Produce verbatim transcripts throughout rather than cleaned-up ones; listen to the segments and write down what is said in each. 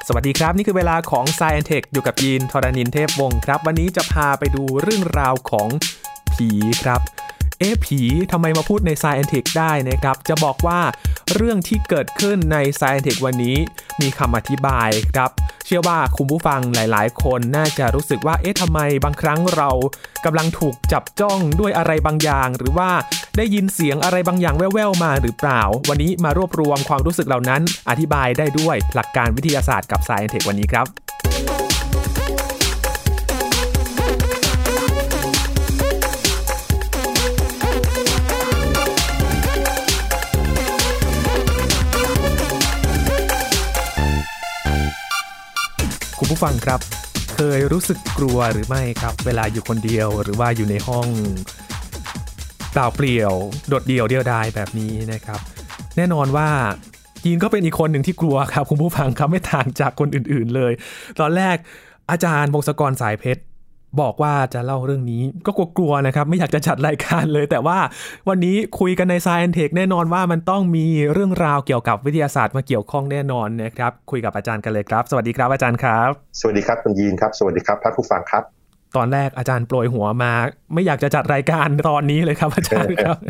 สวัสดีครับนี่คือเวลาของ Science and Tech อยู่กับยีนทรณินเทพวงศ์ครับวันนี้จะพาไปดูเรื่องราวของผีครับเอ๊ะผีทำไมมาพูดใน Science and Tech ได้นะครับจะบอกว่าเรื่องที่เกิดขึ้นใน Science and Tech วันนี้มีคำอธิบายครับเชื่อว่าคุณผู้ฟังหลายๆคนน่าจะรู้สึกว่าเอ๊ะทำไมบางครั้งเรากำลังถูกจับจ้องด้วยอะไรบางอย่างหรือว่าได้ยินเสียงอะไรบางอย่างแว่วๆมาหรือเปล่าวันนี้มารวบรวมความรู้สึกเหล่านั้นอธิบายได้ด้วยหลักการวิทยาศาสตร์กับ Science and Tech วันนี้ครับคุณผู้ฟังครับเคยรู้สึกกลัวหรือไม่ครับเวลาอยู่คนเดียวหรือว่าอยู่ในห้องเปล่าเปลี่ยวโดดเดี่ยวเดียวดายแบบนี้นะครับแน่นอนว่ายีนก็เป็นอีกคนหนึ่งที่กลัวครับคุณผู้ฟังครับไม่ต่างจากคนอื่นๆเลยตอนแรกอาจารย์พงศกรสายเพชรบอกว่าจะเล่าเรื่องนี้ก็กลัวๆนะครับไม่อยากจะจัดรายการเลยแต่ว่าวันนี้คุยกันใน Science and Tech แน่นอนว่ามันต้องมีเรื่องราวเกี่ยวกับวิทยาศาสตร์มาเกี่ยวข้องแน่นอนนะครับคุยกับอาจารย์กันเลยครับสวัสดีครับอาจารย์ครับสวัสดีครับคุณยีนครับสวัสดีครับท่านผู้ฟังครับตอนแรกอาจารย์โปรยหัวมาไม่อยากจะจัดรายการตอนนี้เลยครับอาจารย์ครับ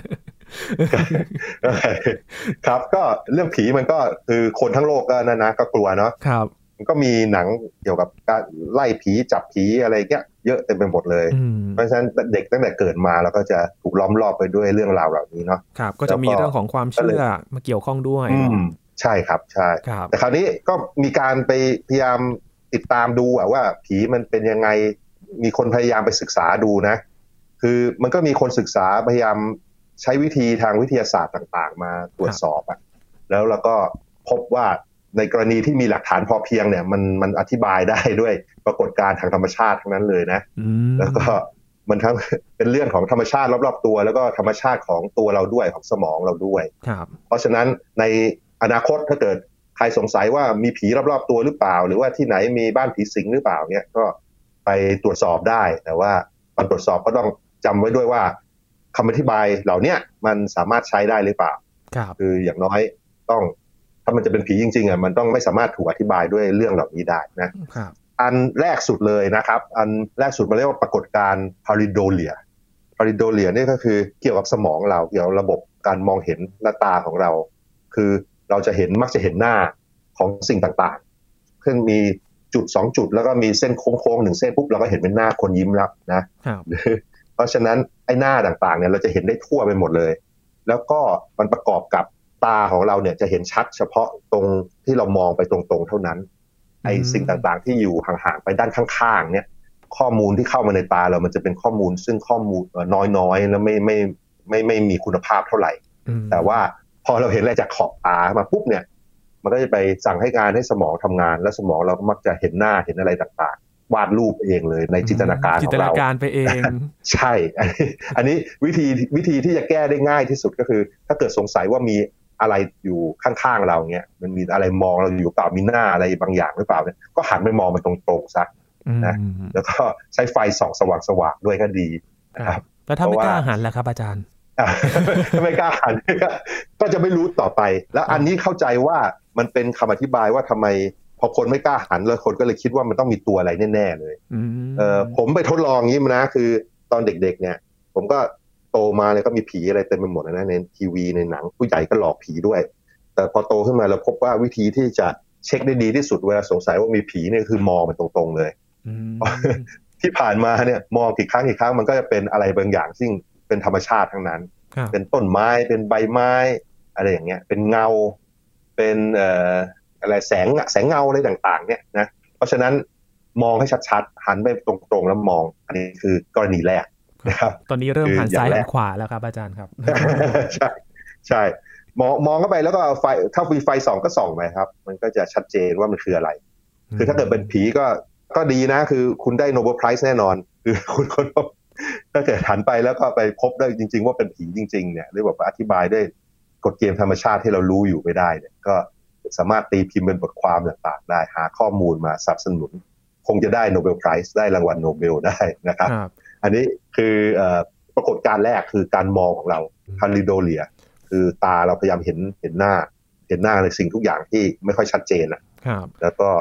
ครับก็เรื่องผีมันก็คือคนทั้งโลกก็นะนะก็กลัวเนาะครับมันก็มีหนังเกี่ยวกับการไล่ผีจับผีอะไรเงี้ยเยอะเต็มไปหมดเลยเพราะฉะนั้นเด็กตั้งแต่เกิดมาเราก็จะถูกล้อมรอบไปด้วยเรื่องราวเหล่านี้เนาะครับก็จะมีเรื่องของความเชื่อมาเกี่ยวข้องด้วยใช่ครับใช่แต่คราวนี้ก็มีการไปพยายามติดตามดูว่าผีมันเป็นยังไงมีคนพยายามไปศึกษาดูนะคือมันก็มีคนศึกษาพยายามใช้วิธีทางวิทยาศาสตร์ต่างๆมาตรวจสอบอ่ะแล้วเราก็พบว่าในกรณีที่มีหลักฐานพอเพียงเนี่ยมันมันอธิบายได้ด้วยปรากฏการณ์ทางธรรมชาติทั้งนั้นเลยนะแล้วก็มันทั้งเป็นเรื่องของธรรมชาติรอบๆตัวแล้วก็ธรรมชาติของตัวเราด้วยของสมองเราด้วยเพราะฉะนั้นในอนาคตถ้าเกิดใครสงสัยว่ามีผีรอบๆตัวหรือเปล่าหรือว่าที่ไหนมีบ้านผีสิงหรือเปล่าเนี่ยก็ไปตรวจสอบได้แต่ว่าตอนตรวจสอบก็ต้องจำไว้ด้วยว่าคำอธิบายเหล่านี้มันสามารถใช้ได้หรือเปล่า คืออย่างน้อยต้องถ้ามันจะเป็นผีจริงๆอ่ะมันต้องไม่สามารถถูกอธิบายด้วยเรื่องเหล่านี้ได้นะอันแรกสุดเลยนะครับอันแรกสุดมันเรียกว่าปรากฏการณ์พาริโดเลียพาริโดเลียนี่ก็คือเกี่ยวกับสมองเราเกี่ยวกับระบบการมองเห็นหน้าตาของเราคือเราจะเห็นมักจะเห็นหน้าของสิ่งต่างๆซึ่งมีจุดสองจุดแล้วก็มีเส้นโค้งๆหนึ่งเส้นปุ๊บเราก็เห็นเป็นหน้าคนยิ้มแล้วนะเพราะฉะนั้นไอ้หน้าต่างๆเนี่ยเราจะเห็นได้ทั่วไปหมดเลยแล้วก็มันประกอบกับตาของเราเนี่ยจะเห็นชัดเฉพาะตรงที่เรามองไปตรงๆเท่านั้นไอ้สิ่งต่างๆที่อยู่ห่างๆไปด้านข้างๆเนี่ยข้อมูลที่เข้ามาในตาเรามันจะเป็นข้อมูลซึ่งข้อมูลน้อยๆแล้วไม่ไม่ไม่ไม่มีคุณภาพเท่าไหร่แต่ว่าพอเราเห็นอะไรจากขอบตามาปุ๊บเนี่ยมันก็จะไปสั่งให้งานให้สมองทำงานแล้วสมองเราก็มักจะเห็นหน้าเห็นอะไรต่างๆวาดรูปเองเลยในจินตนาการของเราจินตนาการไปเองใช่อันนี้อันนี้วิธีวิธีที่จะแก้ได้ง่ายที่สุดก็คือถ้าเกิดสงสัยว่ามีอะไรอยู่ข้างๆเราเงี้ยมันมีอะไรมองเราอยู่เปล่ามีหน้าอะไรบางอย่างหรือเปล่าเนี่ยก็หันไปมองมันตรงๆซะนะแล้วก็ใช้ไฟส่องสว่างๆด้วยก็ดีนะครับแล้วถ้าไม่กล้าหันล่ะครับอาจารย์ถ้าไม่กล้าหันก็จะไม่รู้ต่อไปแล้วอันนี้เข้าใจว่ามันเป็นคำอธิบายว่าทำไมพอคนไม่กล้าหันเลยคนก็เลยคิดว่ามันต้องมีตัวอะไรแน่ๆเลยเออผมไปทดลองงี้มานะคือตอนเด็กๆเนี่ยผมก็โตมาเลยก็มีผีอะไรเต็มไปหมดนะในทีวีในหนังผู้ใหญ่ก็หลอกผีด้วยแต่พอโตขึ้นมาเราพบว่าวิธีที่จะเช็คได้ดีที่สุดเวลาสงสัยว่ามีผีเนี่ยคือมองมันตรงๆเลยที่ผ่านมาเนี่ยมองกี่ครั้งกี่ครั้งมันก็จะเป็นอะไรบางอย่างซึ่งเป็นธรรมชาติทั้งนั้นเป็นต้นไม้เป็นใบไม้อะไรอย่างเงี้ยเป็นเงาเป็นเอ่ออะไรแสงแสงเงาอะไรต่างๆเนี่ยนะเพราะฉะนั้นมองให้ชัดๆหันไปตรงๆแล้วมองอันนี้คือกรณีแรกนะครับตอนนี้เริ่มหันซ้ายหันขวาแล้วครับอาจารย์ครับใช่ใช่มองมองเข้าไปแล้วก็ไฟถ้ามีไฟส่องก็ส่องไปครับมันก็จะชัดเจนว่ามันคืออะไรคือถ้าเกิดเป็นผีก็ก็ดีนะคือคุณได้โนเบลไพรส์แน่นอนคือคุณคนถ้าเกิดหันไปแล้วก็ไปพบได้จริงๆว่าเป็นผีจริงๆเนี่ยหรือแบบอธิบายด้วยกฎเกณฑ์ธรรมชาติที่เรารู้อยู่ไม่ได้เนี่ยก็สามารถตีพิมพ์เป็นบทความต่างๆได้หาข้อมูลมาสนับสนุนคงจะได้โนเบลไพรส์ได้รางวัลโนเบลได้นะครับอันนี้คือปรากฏการณ์แรกคือการมองของเราพาริโดเลียคือตาเราพยายามเห็นเห็นหน้าเห็นหน้าในสิ่งทุกอย่างที่ไม่ค่อยชัดเจนนะแล้วก็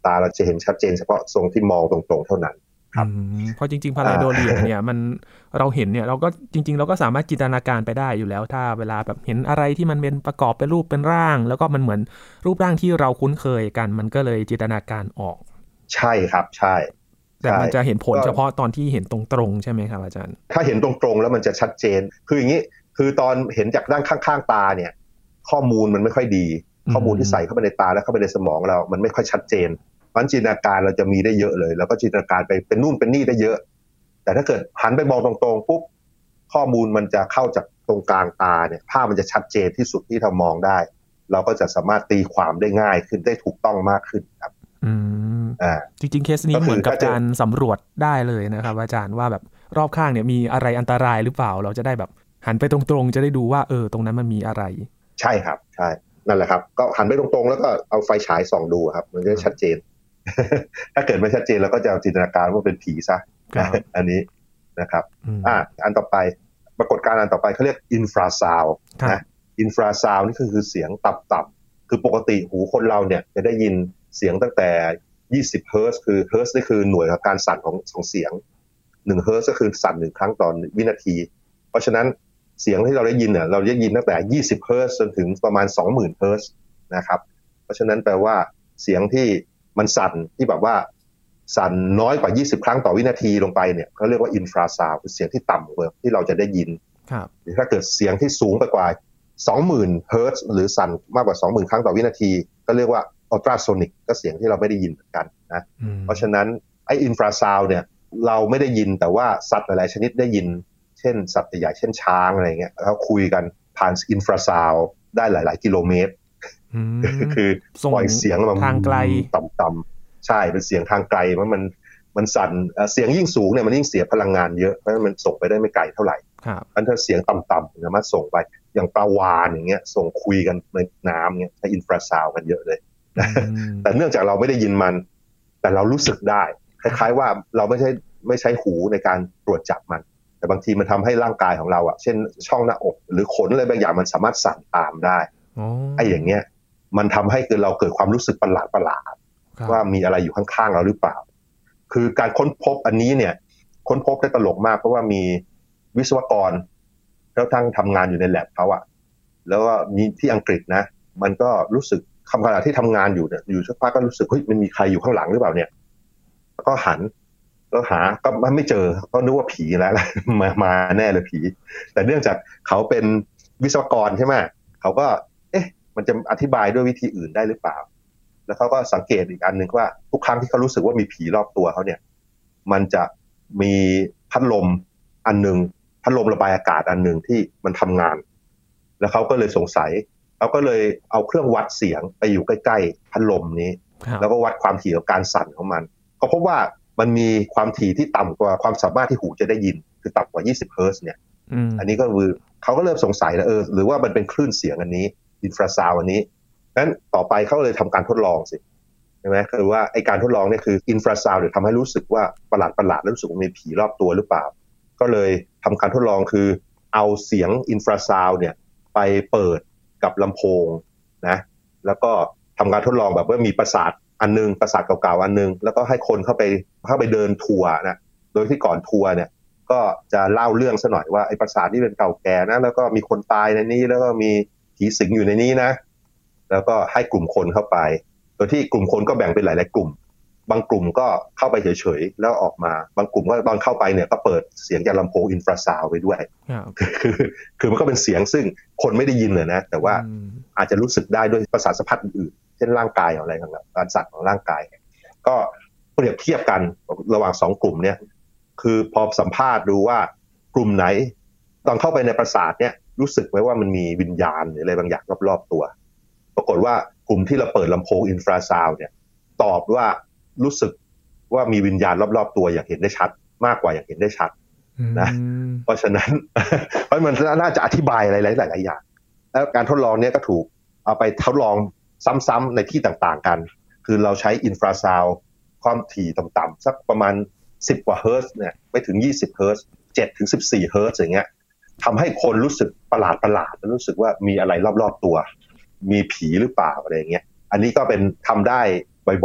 ตาเราจะเห็นชัดเจนเฉพาะทรงที่มองตรงๆเท่านั้นครับเพราะจริงๆพาราโดเลียเนี่ยมันเราเห็นเนี่ยเราก็จริงๆเราก็สามารถจินตนาการไปได้อยู่แล้วถ้าเวลาแบบเห็นอะไรที่มันเป็นประกอบเป็นรูปเป็นร่างแล้วก็มันเหมือนรูปร่างที่เราคุ้นเคยกันมันก็เลยจินตนาการออกใช่ครับใช่แต่มันจะเห็นผลเฉพาะตอนที่เห็นตรงๆใช่ไหมครับอาจารย์ถ้าเห็นตรงๆแล้วมันจะชัดเจนคืออย่างนี้คือตอนเห็นจากด้านข้างๆตาเนี่ยข้อมูลมันไม่ค่อยดีข้อมูลที่ใส่เข้าไปในตาแล้วเข้าไปในสมองเรามันไม่ค่อยชัดเจนเพราะจินตนาการเราจะมีได้เยอะเลยแล้วก็จินตนาการไปเป็นนู่นเป็นนี่ได้เยอะแต่ถ้าเกิดหันไปมองตรงๆปุ๊บข้อมูลมันจะเข้าจากตรงกลางตาเนี่ยภาพมันจะชัดเจนที่สุดที่เรามองได้เราก็จะสามารถตีความได้ง่ายขึ้นได้ถูกต้องมากขึ้นครับอืมอ่าจริงๆเคสนี้เหมือนกับการสำรวจได้เลยนะครับอาจารย์ว่าแบบรอบข้างเนี่ยมีอะไรอันตรายหรือเปล่าเราจะได้แบบหันไปตรงๆจะได้ดูว่าเออตรงนั้นมันมีอะไรใช่ครับใช่นั่นแหละครับก็หันไปตรงๆแล้วก็เอาไฟฉายส่องดูครับมันจะชัดเจน ถ้าเกิดไม่ชัดเจนเราก็จะจินตนาการว่าเป็นผีซะ อันนี้นะครับอ่าอันต่อไปปรากฏการณ์อันต่อไปเขาเรียกอินฟราซาวด์นะอินฟราซาวด์นี่คือเสียงต่ำๆคือปกติหูคนเราเนี่ยจะได้ยินเสียงตั้งแต่ยี่สิบเฮิร์ตซ์คือเฮิร์ตซ์นี่คือหน่วยของการสั่นของของเสียงหนึ่งเฮิร์ตซ์ก็คือสั่นหนึ่งครั้งต่อวินาทีเพราะฉะนั้นเสียงที่เราได้ยินเนี่ยเราได้ยินตั้งแต่ยี่สิบเฮิร์ตซ์จนถึงประมาณ สองหมื่น เฮิร์ตซ์นะครับเพราะฉะนั้นแปลว่าเสียงที่มันสั่นที่แบบว่าสั่นน้อยกว่ายี่สิบครั้งต่อวินาทีลงไปเนี่ยเขาเรียกว่าอินฟราซาวด์คือเสียงที่ต่ำกว่าที่เราจะได้ยินครับหรือถ้าเกิดเสียงที่สูงไปกว่า สองหมื่น เฮิร์ตซ์หรือสั่นมากกว่า สองหมื่น ครั้งต่อวินาทีก็เรียกว่าอัลตราโซนิกก็เสียงที่เราไม่ได้ยินเหมือนกันนะเพราะฉะนั้นไอ้อินฟราซาวด์เนี่ยเราไม่ได้ยินแต่ว่าสัตว์หลายๆชนิดได้ยินเช่นสัตว์ใหญ่เช่นช้างอะไรเงี้ยเขาคุยกันผ่านอินฟราซาวด์ได้หลายๆกิโลเมตรคือปล่อยเสียงมาทางไกลต่ำๆใช่เป็นเสียงทางไกลเพราะมันมันสั่นเสียงยิ่งสูงเนี่ยมันยิ่งเสียพลังงานเยอะเพราะมันส่งไปได้ไม่ไกลเท่าไหร่อันถ้าเสียงต่ำๆสามารถส่งไปอย่างปลาวาฬอย่างเงี้ยส่งคุยกันในน้ำเงี้ยใช้อินฟราซาวด์กันเยอะเลยแต่เนื่องจากเราไม่ได้ยินมันแต่เรารู้สึกได้คล้ายๆว่าเราไม่ใช่ไม่ใช้หูในการตรวจจับมันแต่บางทีมันทำให้ร่างกายของเราอ่ะเช่นช่องหน้าอกหรือขนอะไรบางอย่างมันสามารถสั่นตามได้ไอ้อย่างเงี้ยมันทำให้เกิดเราเกิดความรู้สึกประหลาดประหลาดว่ามีอะไรอยู่ข้างๆเราหรือเปล่าคือการค้นพบอันนี้เนี่ยค้นพบได้ตลกมากเพราะว่ามีวิศวกรแล้วทั้งทำงานอยู่ในแลบเขาอะแล้วก็มีที่อังกฤษนะมันก็รู้สึกคำขณะที่ทำงานอยู่เนี่ยอยู่สักพักก็รู้สึกเฮ้ยมันมีใครอยู่ข้างหลังหรือเปล่าเนี่ยก็หันก็หาก็ไม่เจอก็นึกว่าผีแล้วมามาแน่เลยผีแต่เนื่องจากเขาเป็นวิศวกรใช่ไหมเขาก็เอ๊ะมันจะอธิบายด้วยวิธีอื่นได้หรือเปล่าแล้วเขาก็สังเกตอีกอันนึงว่าทุกครั้งที่เขารู้สึกว่ามีผีรอบตัวเขาเนี่ยมันจะมีพัดลมอันนึงพัดลมระบายอากาศอันนึงที่มันทำงานแล้วเขาก็เลยสงสัยเขาก็เลยเอาเครื่องวัดเสียงไปอยู่ใกล้ๆพัดลมนี้แล้วก็วัดความถี่ของการสั่นของมันเขาพบว่ามันมีความถี่ที่ต่ำกว่าความสามารถที่หูจะได้ยินคือต่ำกว่ายี่สิบเฮิร์ตซ์เนี่ยอันนี้ก็คือเขาก็เริ่มสงสัยแล้วเออหรือว่ามันเป็นคลื่นเสียงอันนี้อินฟราซาวด์อันนี้งั้นต่อไปเขาเลยทำการทดลองสิใช่ไหมคือว่าไอการทดลองเนี่ยคืออินฟราซาวด์เดี๋ยวทำให้รู้สึกว่าประหลาดประหลาดแล้วรู้สึกว่ามีผีรอบตัวหรือเปล่าก็เลยทำการทดลองคือเอาเสียงอินฟราซาวด์เนี่ยไปเปิดกับลำโพงนะแล้วก็ทำการทดลองแบบว่ามีประสาทอันนึงประสาทเก่าๆอันนึงแล้วก็ให้คนเข้าไปเข้าไปเดินทัวร์นะโดยที่ก่อนทัวร์เนี่ยก็จะเล่าเรื่องซะหน่อยว่าไอประสาทที่เป็นเก่าแก่นะแล้วก็มีคนตายในนี้แล้วก็มีผีสิงอยู่ในนี้นะแล้วก็ให้กลุ่มคนเข้าไปโดยที่กลุ่มคนก็แบ่งเป็นหลายๆกลุ่มบางกลุ่มก็เข้าไปเฉยๆแล้วออกมาบางกลุ่มก็ตอนเข้าไปเนี่ยก็เปิดเสียงจากลำโพงอินฟราซาวด์ไปด้วย คือคือมันก็เป็นเสียงซึ่งคนไม่ได้ยินเลยนะแต่ว่าอาจจะรู้สึกได้ด้วยประสาทสัมผัสอื่นๆเช่นร่างกายอะไรต่างๆการสั่นของร่างกายก็เปรียบเทียบกันระหว่างสองกลุ่มเนี่ยคือพอสัมภาษณ์ดูว่ากลุ่มไหนตอนเข้าไปในประสาทเนี่ยรู้สึกไหมว่ามันมีวิญญาณหรืออะไรบางอย่างรอบๆตัวปรากฏว่ากลุ่มที่เราเปิดลำโพงอินฟราซาวด์เนี่ยตอบว่ารู้สึกว่ามีวิญญาณรอบๆตัวอย่างเห็นได้ชัดมากกว่าอย่างเห็นได้ชัดนะเพราะฉะนั้นเพราะมันน่าจะอธิบายอะไรหลายๆอย่างแล้วการทดลองนี้ก็ถูกเอาไปทดลองซ้ำๆในที่ต่างๆกันคือเราใช้อินฟราซาวด์ความถี่ต่ำๆสักประมาณสิบกว่าเฮิร์ตซ์เนี่ยไม่ถึงยี่สิบเฮิร์ตซ์เจ็ดถึงสิบสี่เฮิร์ตซ์อย่างเงี้ยทำให้คนรู้สึกประหลาดประหลาดรู้สึกว่ามีอะไรรอบๆตัวมีผีหรือเปล่าอะไรอย่างเงี้ยอันนี้ก็เป็นทำได้บ่อย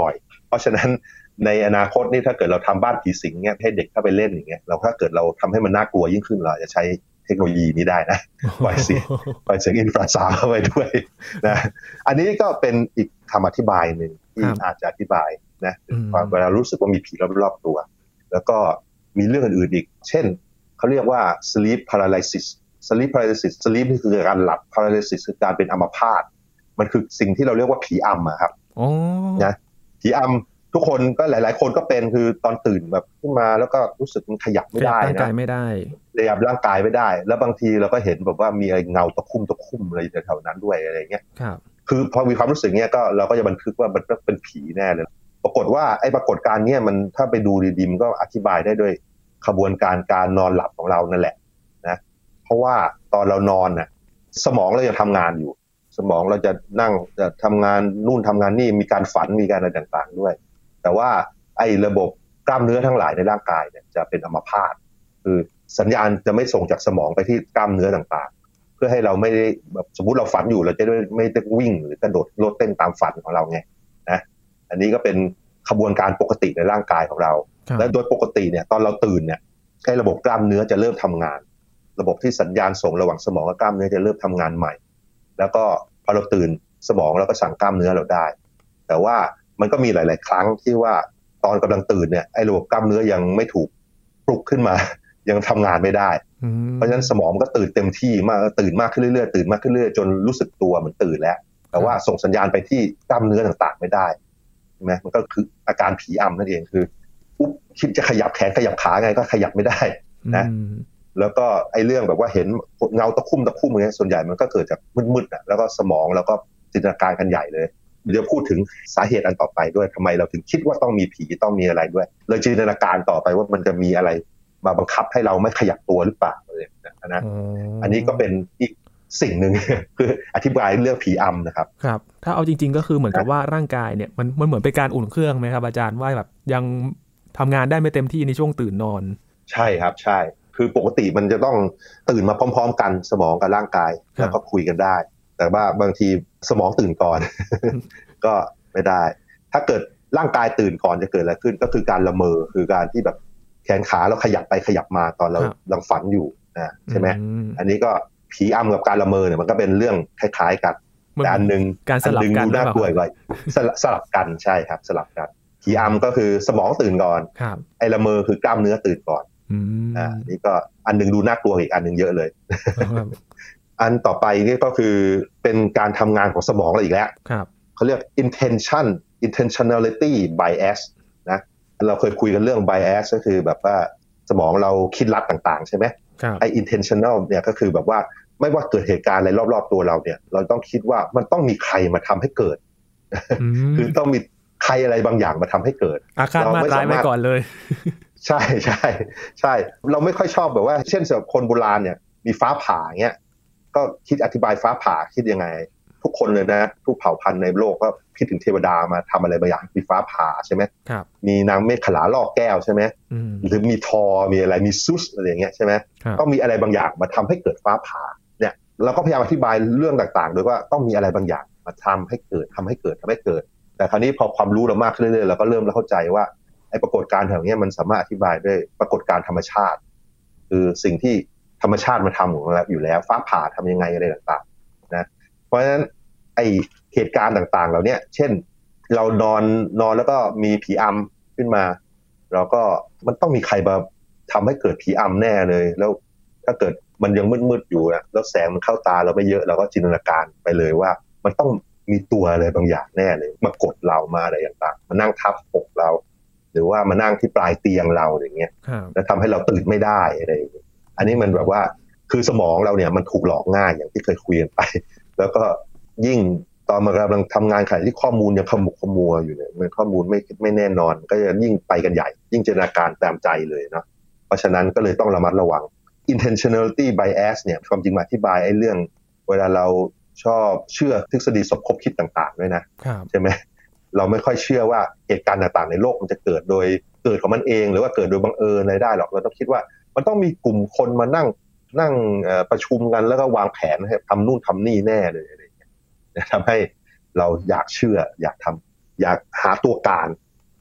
เพราะฉะนั้นในอนาคตนี่ถ้าเกิดเราทำบ้านผีสิงเนี่ยให้เด็กเข้าไปเล่นอย่างเงี้ยเราถ้าเกิดเราทำให้มันน่ากลัวยิ่งขึ้นเราจะใช้เทคโนโลยีนี้ได้นะปล่อยเสียงปล่อยเสียงอินฟราซาวด์เข้าไปด้วยนะอันนี้ก็เป็นอีกคำอธิบายหนึ่งที่อาจจะอธิบายนะเวลารู้สึกว่ามีผีรอบๆตัวแล้วก็มีเรื่องอื่นๆอีกเช่นเขาเรียกว่า sleep paralysis sleep paralysis sleep นี่คือการหลับ paralysis คือการเป็นอัมพาตมันคือสิ่งที่เราเรียกว่าผีอำอะครับนะผีอำทุกคนก็หลายๆคนก็เป็นคือตอนตื่นแบบขึ้นมาแล้วก็รู้สึกมันขยับไม่ได้นะร่างกายไม่ได้ขยับร่างกายไม่ได้แล้วบางทีเราก็เห็นแบบว่ามีอะไรเงาตะคุ่มตะคุ่มอะไรแถวๆนั้นด้วยอะไรเงี้ยครับคือพอมีความรู้สึกเนี้ยก็เราก็จะบันทึกว่ามันเป็นผีแน่เลยปรากฏว่าไอ้ปรากฏการณ์เนี้ยมันถ้าไปดูดีๆมันก็อธิบายได้ด้วยขบวนการการนอนหลับของเรานั่นแหละนะเพราะว่าตอนเรานอนน่ะสมองเรายังทำงานอยู่สมองเราจะนั่งจะทำงานนู่นทำงานนี่มีการฝันมีการอะไรต่างๆด้วยแต่ว่าไอ้ระบบกล้ามเนื้อทั้งหลายในร่างกายเนี่ยจะเป็นอัมพาตคือสัญญาณจะไม่ส่งจากสมองไปที่กล้ามเนื้อต่างๆเพื่อให้เราไม่ได้แบบสมมุติเราฝันอยู่เราจะได้ไม่ได้วิ่งหรือกระโดดโลดเต้นตามฝันของเราไงนะอันนี้ก็เป็นขบวนการปกติในร่างกายของเราและโดยปกติเนี่ยตอนเราตื่นเนี่ยให้ระบบกล้ามเนื้อจะเริ่มทำงานระบบที่สัญญาณส่งระหว่างสมองกับกล้ามเนื้อจะเริ่มทำงานใหม่แล้วก็พอเราตื่นสมองเราก็สั่งกล้ามเนื้อเราได้แต่ว่ามันก็มีหลายๆครั้งที่ว่าตอนกำลังตื่นเนี่ยไอ้ระบบกล้ามเนื้อยังไม่ถูกปลุกขึ้นมายังทำงานไม่ได้เพราะฉะนั้นสมองก็ตื่นเต็มที่มากตื่นมากขึ้นเรื่อยๆตื่นมากขึ้นเรื่อยๆจนรู้สึกตัวเหมือนตื่นแล้วแต่ว่าส่งสัญญาณไปที่กล้ามเนื้อต่างๆไม่ได้ใช่ไหมมันก็คืออาการผีอำนั่นเองคือปุ๊บคิดจะขยับแขนขยับขาไงก็ขยับไม่ได้นะแล้วก็ไอ้เรื่องแบบว่าเห็นเงาตะคุ่มตะคุ่มอย่างเงี้ยส่วนใหญ่มันก็เกิดจากมืดๆอ่ะแล้วก็สมองแล้วก็จินตนาการกันใหญ่เลยเดี๋ยวพูดถึงสาเหตุอันต่อไปด้วยทำไมเราถึงคิดว่าต้องมีผีต้องมีอะไรด้วยเลยจินตนาการต่อไปว่ามันจะมีอะไรมาบังคับให้เราไม่ขยับตัวหรือเปล่าเลยนะอันนี้ก็เป็นอีกสิ่งหนึ่งคืออธิบายเรื่องผีอำนะครับครับถ้าเอาจริงๆก็คือเหมือนกับว่าร่างกายเนี่ยมันมันเหมือนเป็นการอุ่นเครื่องไหมครับอาจารย์ว่าแบบยังทำงานได้ไม่เต็มที่ในช่วงตื่นนอนใช่ครับใช่คือปกติมันจะต้องตื่นมาพร้อมๆกันสมองกับร่างกายแล้วก็คุยกันได้แต่ว่าบางทีสมองตื่นก่อน ก็ไม่ได้ถ้าเกิดร่างกายตื่นก่อนจะเกิดอะไรขึ้นก็คือการละเมอคือการที่แบบแขนขาเราขยับไปขยับมาตอนเราลังฝันอยู่นะใช่ไหมอันนี้ก็ผีอำกับการละเมอเนี่ยมันก็เป็นเรื่องคล้ายๆกันแต่อันนึงการสลับกันน่ากลัวกว่าสลับกันใช่ครับสลับกันผีอำก็คือสมองตื่นก่อนไอ้ละเมอคือกล้ามเนื้อตื่นก่อนอ่านี่ก็อันนึงดูน่ากลัวอีกอันนึงเยอะเลย อันต่อไปนี่ก็คือเป็นการทำงานของสมองเราอีกแล้วเขาเรียก intention intentionality bias นะเราเคยคุยกันเรื่อง bias ก็คือแบบว่าสมองเราคิดลับต่างๆใช่ไหมไอ้ intentional เนี่ยก็คือแบบว่าไม่ว่าเกิดเหตุการณ์อะไรรอบๆตัวเราเนี่ยเราต้องคิดว่ามันต้องมีใครมาทำให้เกิด คือต้องมีใครอะไรบางอย่างมาทำให้เกิดอาฆาตมาตร้ายไว้ก่อนเลยใช่ใช่ใช่เราไม่ค่อยชอบแบบว่าเช่นสำหรับคนโบราณเนี่ยมีฟ้าผ่าเงี้ยก็คิดอธิบายฟ้าผ่าคิดยังไงทุกคนเลยนะทุกเผ่าพันธุ์ในโลกก็คิดถึงเทวดามาทำอะไรบางอย่างมีฟ้าผ่าใช่ไหมมีนางเมฆขลาลอกแก้วใช่ไหมหรือมีทอมีอะไรมีซุสอะไรอย่างเงี้ยใช่ไหมต้องมีอะไรบางอย่างมาทำให้เกิดฟ้าผ่าเนี่ยเราก็พยายามอธิบายเรื่องต่างๆโดยว่าต้องมีอะไรบางอย่างมาทำให้เกิดทำให้เกิดทำให้เกิดแต่คราวนี้พอความรู้เรามากขึ้นเรื่อยๆเราก็เริ่มเข้าใจว่าไอ้ปรากฏการณ์แถวนี้มันสามารถอธิบายด้วยปรากฏการณ์ธรรมชาติคือสิ่งที่ธรรมชาติมาทำของเราอยู่แล้วฟ้าผ่าทำยังไงอะไรต่างๆนะเพราะฉะนั้นไอ้เหตุการณ์ต่างๆเหล่านี้เช่นเรานอนนอนแล้วก็มีผีอำขึ้นมาเราก็มันต้องมีใครมาทำให้เกิดผีอำแน่เลยแล้วถ้าเกิดมันยังมืดๆอยู่นะแล้วแสงมันเข้าตาเราไม่เยอะเราก็จินตนาการไปเลยว่ามันต้องมีตัวอะไรบางอย่างแน่เลยมากดเรามาอะไรต่างๆมานั่งทับอกเราหรือว่ามานั่งที่ปลายเตียงเราอย่างเงี้ยแล้วทำให้เราตื่นไม่ได้อะไรอย่างเงี้ยอันนี้มันแบบว่าคือสมองเราเนี่ยมันถูกหลอกง่ายอย่างที่เคยคุยกันไปแล้วก็ยิ่งตอนมันกำลังทำงานขณะที่ข้อมูลยังขมุกขมัวอยู่เนี่ยมันข้อมูลไม่ไม่แน่นอนก็จะยิ่งไปกันใหญ่ยิ่งจินตนาการตามใจเลยเนาะเพราะฉะนั้นก็เลยต้องระมัดระวัง intentionality bias เนี่ยความจริงมาอธิบายไอ้เรื่องเวลาเราชอบเชื่อทฤษฎีสมคบคิดต่างๆด้วยนะใช่ไหมเราไม่ค่อยเชื่อว่าเหตุการณ์ต่างๆในโลกมันจะเกิดโดยเกิดของมันเองหรือว่าเกิดโดยบังเอิญอะไรได้หรอกเราต้องคิดว่ามันต้องมีกลุ่มคนมานั่งนั่งประชุมกันแล้วก็วางแผนให้ทำนู่นทำนี่แน่เลยอะไรอย่างเงี้ยทำให้เราอยากเชื่ออยากทำอยากหาตัวการ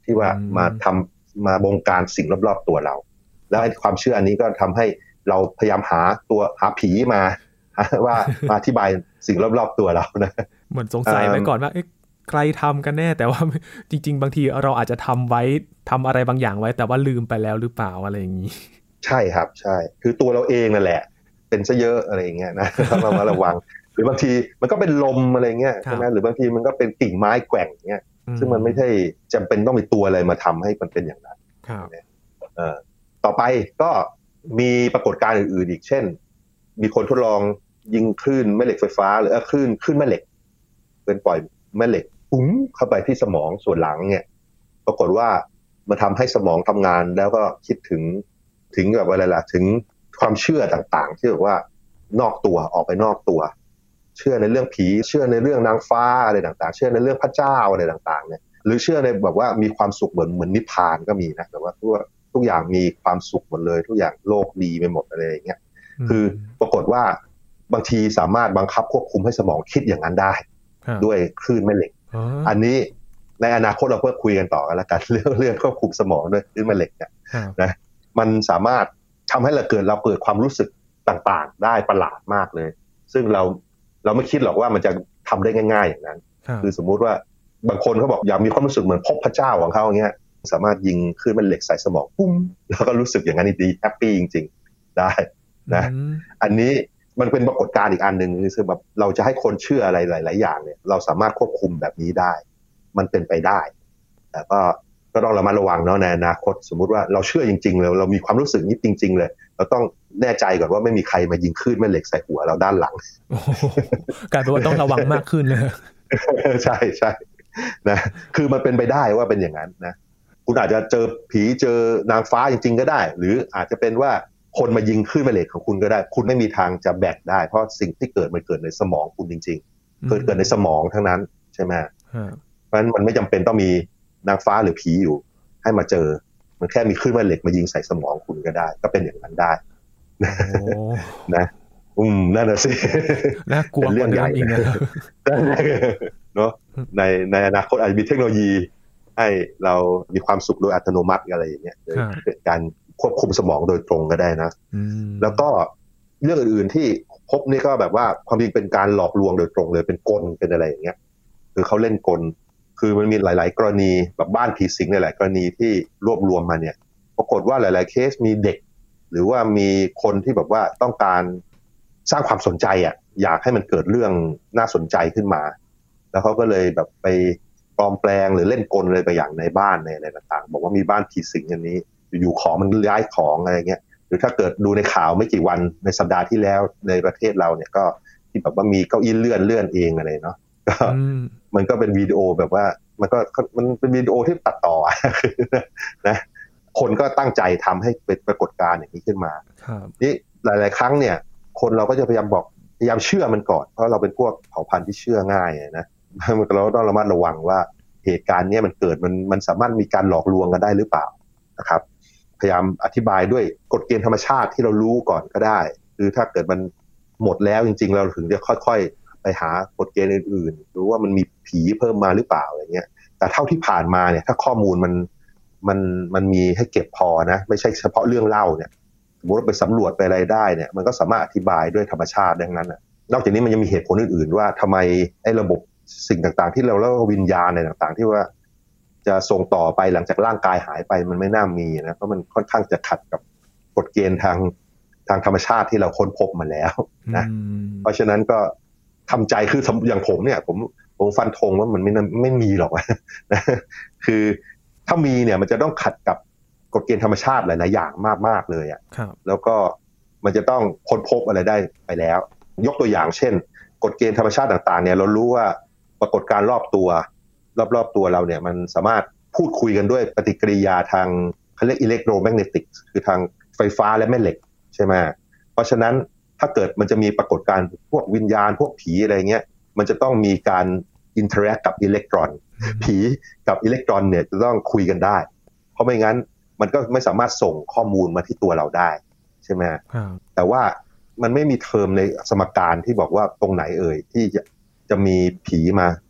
ที่ว่ามาทำมาบงการสิ่งรอบๆตัวเราแล้วไอ้ความเชื่ออันนี้ก็ทำให้เราพยายามหาตัวหาผีมาว่ามาอธิบายสิ่งรอบๆตัวเรานะเหมือนสงสัยไว้ก่อนว่าใครทำกันแน่แต่ว่าจริงๆบางทีเราอาจจะทำไว้ทำอะไรบางอย่างไว้แต่ว่าลืมไปแล้วหรือเปล่าอะไรอย่างนี้ใช่ครับใช่คือตัวเราเองนั่นแหละเป็นซะเยอะอะไรอย่างเงี้ยนะต้องระมัดระวังหรือบางทีมันก็เป็นลมอะไรเงี้ยใช่ไหมหรือบางทีมันก็เป็นกิ่งไม้แกว่งเงี้ยซึ่งมันไม่ใช่จำเป็นต้องมีตัวอะไรมาทำให้มันเป็นอย่างนั้นเออต่อไปก็มีปรากฏการณ์อื่นๆอีกเช่นมีคนทดลองยิงคลื่นแม่เหล็กไฟฟ้าหรือคลื่นคลื่นแม่เหล็กเป็นปล่อยแม่เหล็กปุ้งเข้าไปที่สมองส่วนหลังเนี่ยปรากฏว่ามันทำให้สมองทำงานแล้วก็คิดถึงถึงแบบอะไรล่ะถึงความเชื่อต่างๆที่แบบว่านอกตัวออกไปนอกตัวเชื่อในเรื่องผีเชื่อในเรื่องนางฟ้าอะไรต่างๆเชื่อในเรื่องพระเจ้าอะไรต่างๆเนี่ยหรือเชื่อในแบบว่ามีความสุขเหมือนเหมือนนิพพานก็มีนะแต่ว่าทุกทุกอย่างมีความสุขหมดเลยทุกอย่างโลกดีไปหมดอะไรอย่างเงี้ยคือปรากฏว่าบางทีสามารถบังคับควบคุมให้สมองคิดอย่างนั้นได้ด้วยคลื่นแม่เหล็กอันนี้ในอนาคตเราเพิ่งคุยกันต่อกันแล้วกันเรื่องเรื่องควบคุมสมองด้วยคลื่นแม่เหล็กเนี่ยนะมันสามารถทำให้เราเกิดเราเกิดความรู้สึกต่างๆได้ประหลาดมากเลยซึ่งเราเราไม่คิดหรอกว่ามันจะทำได้ง่ายๆอย่างนั้นคือสมมุติว่าบางคนเขาบอกอยากมีความรู้สึกเหมือนพบพระเจ้าของเขาอย่างเงี้ยสามารถยิงคลื่นแม่เหล็กใส่สมองปุ้มแล้วก็รู้สึกอย่างนั้นดีแฮปปี้จริงๆได้นะอันนี้มันเป็นปรากฏการณ์อีกอันนึงคือแบบเราจะให้คนเชื่ออะไรหลายๆอย่างเนี่ยเราสามารถควบคุมแบบนี้ได้มันเป็นไปได้แต่ก็ก็ต้องระมัดระวังเนาะในอนาคตสมมุติว่าเราเชื่อจริงๆเลยเรามีความรู้สึกนี้จริงๆเลยเราต้องแน่ใจก่อนว่าไม่มีใครมายิงคลื่นแม่เหล็กใส่หัวเราด้านหลังกลายเป็นว่าต้องระวังมากขึ้นเลยใช่ใช่นะคือมันเป็นไปได้ว่าเป็นอย่างนั้นนะคุณอาจจะเจอผีเจอนางฟ้าจริงๆก็ได้หรืออาจจะเป็นว่าคนมายิงคลื่นแม่เหล็กของคุณก็ได้คุณไม่มีทางจะแบกได้เพราะสิ่งที่เกิดมันเกิดในสมองคุณจริงๆเกิดเกิดในสมองทั้งนั้นใช่ไหมเพราะฉะนั้นมันไม่จำเป็นต้องมีนางฟ้าหรือผีอยู่ให้มาเจอมันแค่มีคลื่นแม่เหล็กมายิงใส่สมองคุณก็ได้ก็เป็นอย่างนั้นได้นะอืมนั่นน่ะสิน่ากลัวเป็นเรื่องใหญ่เนาะในในอนาคตอาจจะมีเทคโนโลยีให้เรามีความสุขโดยอัตโนมัติอะไรอย่างเงี้ยเกิดการควบคุมสมองโดยตรงก็ได้นะแล้วก็เรื่องอื่นๆที่พบนี่ก็แบบว่าความจริงเป็นการหลอกลวงโดยตรงเลยเป็นกลเป็นอะไรอย่างเงี้ยคือเขาเล่นกลคือมันมีหลายๆกรณีแบบบ้านผีสิงในหลายกรณีที่รวบรวมมาเนี่ยปรากฏว่าหลายๆเคสมีเด็กหรือว่ามีคนที่แบบว่าต้องการสร้างความสนใจอ่ะอยากให้มันเกิดเรื่องน่าสนใจขึ้นมาแล้วเขาก็เลยแบบไปปลอมแปลงหรือเล่นกลอะไรไปอย่างในบ้านในอะไรต่างๆบอกว่ามีบ้านผีสิงอันนี้อยู่ๆของมันย้ายของอะไรเงี้ยหรือถ้าเกิดดูในข่าวไม่กี่วันในสัปดาห์ที่แล้วในประเทศเราเนี่ยก็ที่แบบว่ามีเก้าอี้เลื่อนเลื่อนเองอะไรเนาะก็มันก็เป็นวิดีโอแบบว่ามันก็มันเป็นวิดีโอที่ตัดต่อนะคนก็ตั้งใจทำให้เป็นปรากฏการณ์อย่างนี้ขึ้นมานี่หลายๆครั้งเนี่ยคนเราก็จะพยายามบอกพยายามเชื่อมันก่อนเพราะเราเป็นพวกเผ่าพันธุ์ที่เชื่อง่ายนะเราต้องระมัดระวังว่าเหตุการณ์นี้มันเกิดมันมันสามารถมีการหลอกลวงกันได้หรือเปล่านะครับพยายามอธิบายด้วยกฎเกณฑ์ธรรมชาติที่เรารู้ก่อนก็ได้คือถ้าเกิดมันหมดแล้วจริงๆเราถึงจะค่อยๆไปหากฎเกณฑ์อื่นๆหรือว่ามันมีผีเพิ่มมาหรือเปล่าอะไรเงี้ยแต่เท่าที่ผ่านมาเนี่ยถ้าข้อมูลมันมันมันมีให้เก็บพอนะไม่ใช่เฉพาะเรื่องเล่าเนี่ยสมมติว่าไปสำรวจไปอะไรได้เนี่ยมันก็สามารถอธิบายด้วยธรรมชาติดังนั้นนะนอกจากนี้มันยังมีเหตุผลอื่นๆว่าทำไมไอ้ระบบสิ่งต่างๆที่เราเรียกว่าวิญญาณอะไรต่างๆที่ว่าจะส่งต่อไปหลังจากร่างกายหายไปมันไม่น่ามีนะเพราะมันค่อนข้างจะขัดกับกฎเกณฑ์ทางทางธรรมชาติที่เราค้นพบมาแล้วนะเพราะฉะนั้นก็ทำใจคืออย่างผมเนี่ยผมผมฟันธงว่ามันไม่ไม่มีหรอกนะคือถ้ามีเนี่ยมันจะต้องขัดกับกฎเกณฑ์ธรรมชาติหลายๆอย่างมากๆเลยอ่ะแล้วก็มันจะต้องค้นพบอะไรได้ไปแล้วยกตัวอย่างเช่นกฎเกณฑ์ธรรมชาติต่างๆเนี่ยเรารู้ว่าปรากฏการณ์รอบตัวรอบๆตัวเราเนี่ยมันสามารถพูดคุยกันด้วยปฏิกิริยาทางเขาเรียกอิเล็กโทรแมกเนติกคือทางไฟฟ้าและแม่เหล็กใช่ไหมเพราะฉะนั้นถ้าเกิดมันจะมีปรากฏการณ์พวกวิญญาณพวกผีอะไรเงี้ยมันจะต้องมีการอินเทอร์แอคกับอิเล็กตรอนผีกับอิเล็กตรอนเนี่ยจะต้องคุยกันได้เพราะไม่งั้นมันก็ไม่สามารถส่งข้อมูลมาที่ตัวเราได้ใช่ไหมแต่ว่ามันไม่มีเทอมในสมการที่บอกว่าตรงไหนเอ่ยที่จะจะมีผีมา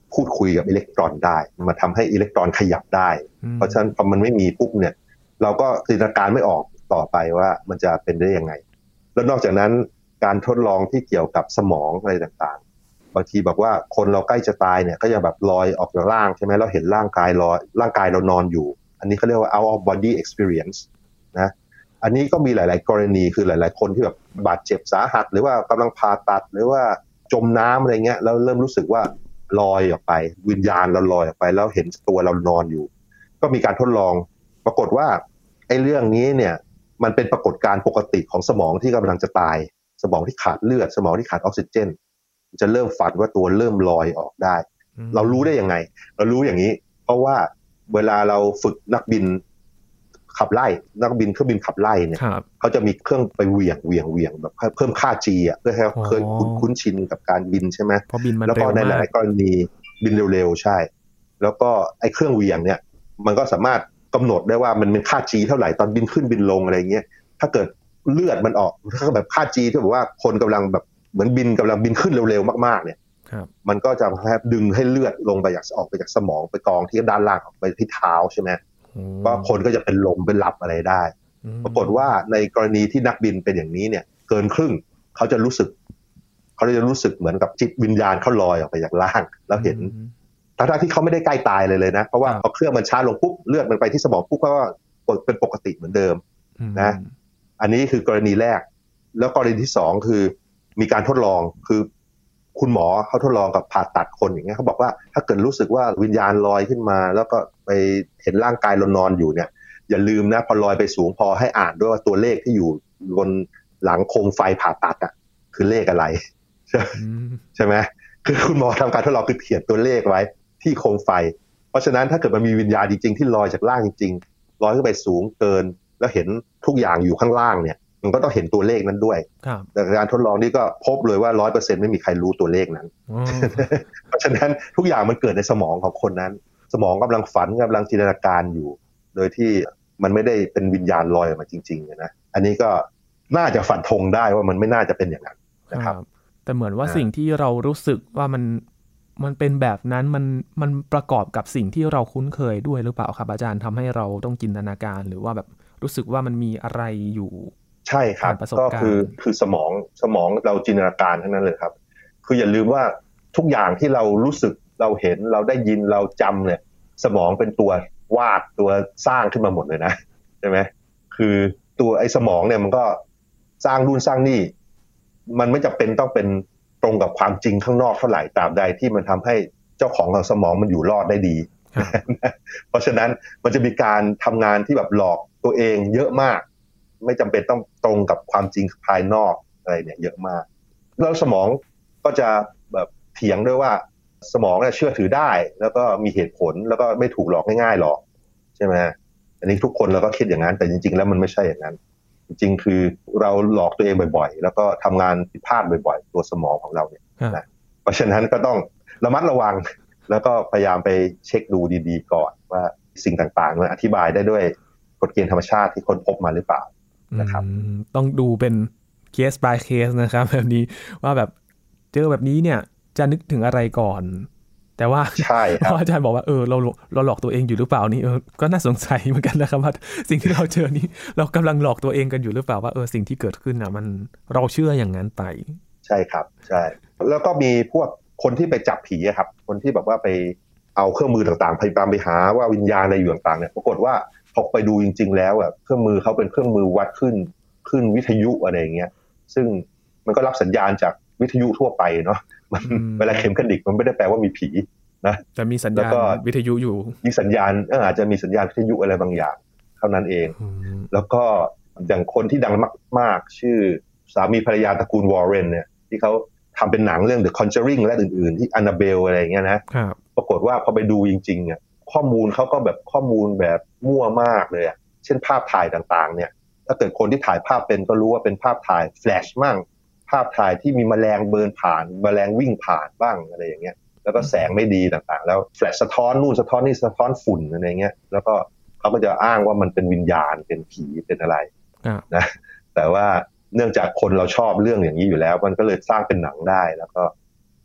พูดคุยกับอิเล็กตรอนได้มาทำให้อิเล็กตรอนขยับได้เพราะฉะนั้นพอมันไม่มีปุ๊บเนี่ยเราก็จินตนาการไม่ออกต่อไปว่ามันจะเป็นได้ยังไงแล้วนอกจากนั้นการทดลองที่เกี่ยวกับสมองอะไรต่างๆบางทีบอกว่าคนเราใกล้จะตายเนี่ยก็จะแบบลอยออกจากร่างใช่ไหมเราเห็นร่างกายลอยร่างกายเรานอนอยู่อันนี้เขาเรียกว่า out of body experience นะอันนี้ก็มีหลายๆกรณีคือหลายๆคนที่แบบบาดเจ็บสาหัสหรือว่ากำลังผ่าตัดหรือว่าจมน้ำอะไรเงี้ยแล้วเริ่มรู้สึกว่าลอยออกไปวิญญาณเราลอยออกไปแล้วเห็นตัวเรานอนอยู่ก็มีการทดลองปรากฏว่าไอ้เรื่องนี้เนี่ยมันเป็นปรากฏการณ์ปกติของสมองที่กำลังจะตายสมองที่ขาดเลือดสมองที่ขาดออกซิเจนจะเริ่มฝันว่าตัวเริ่มลอยออกได้เรารู้ได้ยังไงเรารู้อย่างนี้เพราะว่าเวลาเราฝึกนักบินขับไล่นักบินเครื่องบินขับไล่เนี่ยเขาจะมีเครื่องไปเหวี่ยงเหวี่ยงเหวี่ยงแบบเพิ่มค่า G อ่ะเพื่อให้เคยคุ้นชินกับการบินใช่ไหมแล้วก็ในหลายกรณีบินเร็วๆใช่แล้วก็ไอ้เครื่องเหวี่ยงเนี่ยมันก็สามารถกำหนดได้ว่ามันเป็นค่า G เท่าไหร่ตอนบินขึ้นบินลงอะไรเงี้ยถ้าเกิดเลือดมันออกถ้าแบบค่า G ที่แบบว่าคนกำลังแบบเหมือนบินกำลังบินขึ้นเร็วๆมากๆเนี่ยมันก็จะดึงให้เลือดลงไปจากออกไปจากสมองไปกองที่ด้านล่างออกไปที่เท้าใช่ไหมก็คนก็จะเป็นลมเป็นหลับอะไรได้ปรากฏว่าในกรณีที่นักบินเป็นอย่างนี้เนี่ยเกินครึ่งเขาจะรู้สึกเขาจะรู้สึกเหมือนกับจิตวิญญาณเขาลอยออกไปจากล่างแล้วเห็นทั้งที่เขาไม่ได้ใกล้ตายเลยเลยนะเพราะว่าพอเครื่องมันช้าลงปุ๊บเลือดมันไปที่สมองปุ๊บก็เป็นปกติเหมือนเดิมนะอันนี้คือกรณีแรกแล้วกรณีที่สองคือมีการทดลองคือคุณหมอเขาทดลองกับผ่าตัดคนอย่างเงี้ยเขาบอกว่าถ้าเกิดรู้สึกว่าวิญญาณลอยขึ้นมาแล้วก็ไปเห็นร่างกายเรานอนอยู่เนี่ยอย่าลืมนะพอลอยไปสูงพอให้อ่านด้วยว่าตัวเลขที่อยู่บนหลังโคมไฟผ่าตัดอ่ะคือเลขอะไรใช่ไหมคือคุณหมอทำการทดลองคือเขียนตัวเลขไว้ที่โคมไฟเพราะฉะนั้นถ้าเกิดมันมีวิญญาณจริงๆที่ลอยจากล่างจริงๆลอยขึ้นไปสูงเกินแล้วเห็นทุกอย่างอยู่ข้างล่างเนี่ยมันก็ต้องเห็นตัวเลขนั้นด้วยแต่การทดลองนี้ก็พบเลยว่า ร้อยเปอร์เซ็นต์ ไม่มีใครรู้ตัวเลขนั้น เพราะฉะนั้นทุกอย่างมันเกิดในสมองของคนนั้นสมองกำลังฝันกำลังจินตนาการอยู่โดยที่มันไม่ได้เป็นวิญญาณลอยออกมาจริงๆนะอันนี้ก็น่าจะฝันธงได้ว่ามันไม่น่าจะเป็นอย่างนั้นนะครับแต่เหมือนว่าสิ่งที่เรารู้สึกว่ามันมันเป็นแบบนั้นมันมันประกอบกับสิ่งที่เราคุ้นเคยด้วยหรือเปล่าครับอาจารย์ทำให้เราต้องจินตนาการหรือว่าแบบรู้สึกว่ามันมีอะไรอยู่ใช่ครับก็คือคือสมองสมองเราจินตนาการทั้งนั้นเลยครับคืออย่าลืมว่าทุกอย่างที่เรารู้สึกเราเห็นเราได้ยินเราจำเนี่ยสมองเป็นตัววาดตัวสร้างขึ้นมาหมดเลยนะใช่ไหมคือตัวไอ้สมองเนี่ยมันก็สร้างนู่นสร้างนี่มันไม่จำเป็นต้องเป็นตรงกับความจริงข้างนอกเท่าไหร่ตราบใดที่มันทำให้เจ้าของของสมองมันอยู่รอดได้ดี เพราะฉะนั้นมันจะมีการทำงานที่แบบหลอกตัวเองเยอะมากไม่จำเป็นต้องตรงกับความจริงภายนอกอะไรเนี่ยเยอะมากแล้วสมองก็จะแบบเถียงด้วยว่าสมองเนี่ยเชื่อถือได้แล้วก็มีเหตุผลแล้วก็ไม่ถูกหลอกง่ายๆหรอกใช่ไหมอันนี้ทุกคนเราก็คิดอย่างนั้นแต่จริงๆแล้วมันไม่ใช่อย่างนั้นจริงๆคือเราหลอกตัวเองบ่อยๆแล้วก็ทำงานผิดพลาดบ่อยๆตัวสมองของเราเนี่ยนะเพราะฉะนั้นก็ต้องระมัดระวังแล้วก็พยายามไปเช็คดูดีๆก่อนว่าสิ่งต่างๆมันอธิบายได้ด้วยกฎเกณฑ์ธรรมชาติที่ค้นพบมาหรือเปล่านะครับต้องดูเป็นเคส by เคสนะครับแบบนี้ว่าแบบเจอแบบนี้เนี่ยจะนึกถึงอะไรก่อนแต่ว่าใช่ครับอาจารย์บอกว่าเออเราเราหลอกตัวเองอยู่หรือเปล่านี่เออก็น่าสงสัยเหมือนกันนะครับว่าสิ่งที่เราเจอนี้เรากำลังหลอกตัวเองกันอยู่หรือเปล่าว่าเออสิ่งที่เกิดขึ้นอ่ะมันเราเชื่ออย่างนั้นไปใช่ครับใช่แล้วก็มีพวกคนที่ไปจับผีครับคนที่แบบว่าไปเอาเครื่องมือต่างๆพยายามไปหาว่าวิญญาณอะไรอยู่ต่างๆเนี่ยปรากฏว่าพอไปดูจริงๆแล้วอ่ะเครื่องมือเขาเป็นเครื่องมือวัดขึ้นขึ้นวิทยุอะไรอย่างเงี้ยซึ่งมันก็รับสัญญาณจากวิทยุทั่วไปเนาะเวลาเข็มขัดดิกมันไม่ได้แปลว่ามีผีนะแต่มีสัญญาณวิทยุอยู่มีสัญญาณอาจจะมีสัญญาณวิทยุอะไรบางอย่างเท่านั้นเองแล้วก็อย่างคนที่ดังมากๆชื่อสามีภรรยาตระกูลวอร์เรนเนี่ยที่เขาทำเป็นหนังเรื่อง The Conjuring และอื่นๆที่ Annabelle อะไรอย่างเงี้ยนะปรากฏว่าพอไปดูจริงๆอ่ะข้อมูลเขาก็แบบข้อมูลแบบมั่วมากเลยอ่ะเช่นภาพถ่ายต่างๆเนี่ยถ้าเกิดคนที่ถ่ายภาพเป็นก็รู้ว่าเป็นภาพถ่ายแฟลชมั่งภาพถ่ายที่มีแมลงเบินผ่านแมลงวิ่งผ่านบ้างอะไรอย่างเงี้ยแล้วก็แสงไม่ดีต่างๆแล้วแฟลชสะท้อนนู่นสะท้อนนี่สะท้อนฝุ่นอะไรเงี้ยแล้วก็เขาก็จะอ้างว่ามันเป็นวิญญาณเป็นผีเป็นอะไรนะแต่ว่าเนื่องจากคนเราชอบเรื่องอย่างนี้อยู่แล้วมันก็เลยสร้างเป็นหนังได้แล้วก็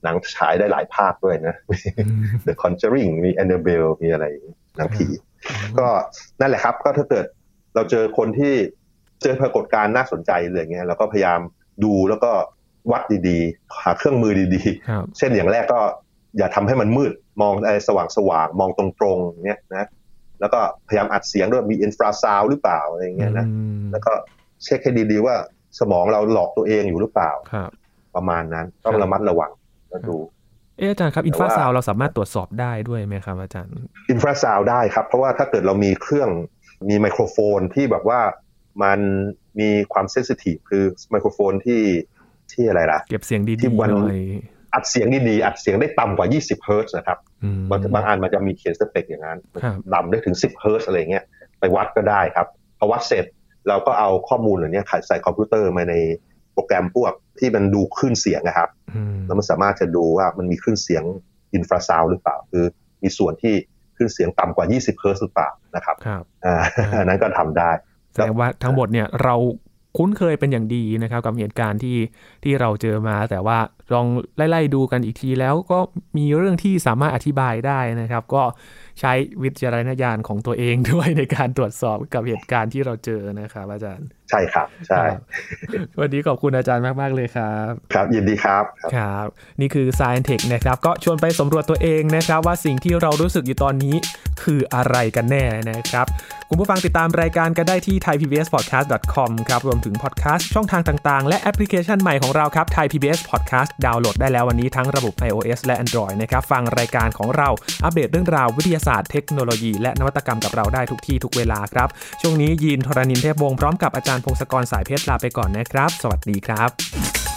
หนังฉายได้หลายภาคด้วยนะ The Conjuring มี Annabelle มีอะไรหนังผีก็นั่นแหละครับก็ถ้าเกิดเราเจอคนที่เจอปรากฏการณ์น่าสนใจอะไรเงี้ยเราก็พยายามดูแล้วก็วัดดีๆหาเครื่องมือดีๆเช่นอย่างแรกก็อย่าทำให้มันมืดมองอะไรสว่างๆมองตรงๆเนี้ยนะแล้วก็พยายามอัดเสียงด้วยมีอินฟราซาวด์หรือเปล่าอะไรเงี้ยนะแล้วก็เช็คให้ดีๆว่าสมองเราหลอกตัวเองอยู่หรือเปล่าประมาณนั้นต้องระมัดระวังแล้วดูเอออาจารย์ครับอินฟราซาวด์เราสามารถตรวจสอบได้ด้วยไหมครับอาจารย์อินฟราซาวด์ได้ครับเพราะว่าถ้าเกิดเรามีเครื่องมีไมโครโฟนที่แบบว่ามันมีความเซนซิทีฟคือไมโครโฟนที่ที่อะไรล่ะเก็บเสียงดีๆหน่อยอัดเสียงดีๆอัดเสียงได้ต่ำกว่ายี่สิบเฮิร์ตซ์นะครับบางบางอันมันจะมีเขียนสเปคอย่างนั้นต่ำได้ถึงสิบเฮิร์ตซ์อะไรเงี้ยไปวัดก็ได้ครับพอวัดเสร็จเราก็เอาข้อมูลเหล่านี้ใส่คอมพิวเตอร์มาในโปรแกรมพวกที่มันดูคลื่นเสียงนะครับแล้วมันสามารถจะดูว่ามันมีคลื่นเสียงอินฟราซาวด์หรือเปล่าคือมีส่วนที่คลื่นเสียงต่ำกว่ายี่สิบเฮิร์ตซ์หรือเปล่านะครับอ่าอันนั้นก็ทำได้แสดงว่าทั้งหมดเนี่ยเราคุ้นเคยเป็นอย่างดีนะครับกับเหตุการณ์ที่ที่เราเจอมาแต่ว่าลองไล่ๆดูกันอีกทีแล้วก็มีเรื่องที่สามารถอธิบายได้นะครับก็ใช้วิจารณญาณของตัวเองด้วยในการตรวจสอบกับเหตุการณ์ที่เราเจอนะครับอาจารย์ใช่ครับใช่วันนี้ขอบคุณอาจารย์มากๆเลยครับครับยินดีครับครับนี่คือ Science Tech นะครับก็ชวนไปสำรวจตัวเองนะครับว่าสิ่งที่เรารู้สึกอยู่ตอนนี้คืออะไรกันแน่นะครับคุณผู้ฟังติดตามรายการกันได้ที่ ไทยพีบีเอสพอดแคสต์ ดอท คอม ครับรวมถึงพอดแคสต์ช่องทางต่างๆและแอปพลิเคชันใหม่ของเราครับ Thai พี บี เอส Podcast ดาวน์โหลดได้แล้ววันนี้ทั้งระบบ iOS และ Android นะครับฟังรายการของเราอัปเดตเรื่องราววิทยาศาสตร์เทคโนโลยีและนวัตกรรมกับเราได้ทุกที่ทุกเวลาครับช่วงนี้ยีนทรณินเทพวงศ์พร้อมกับอาจารย์พงศกรสายเพชรลาไปก่อนนะครับสวัสดีครับ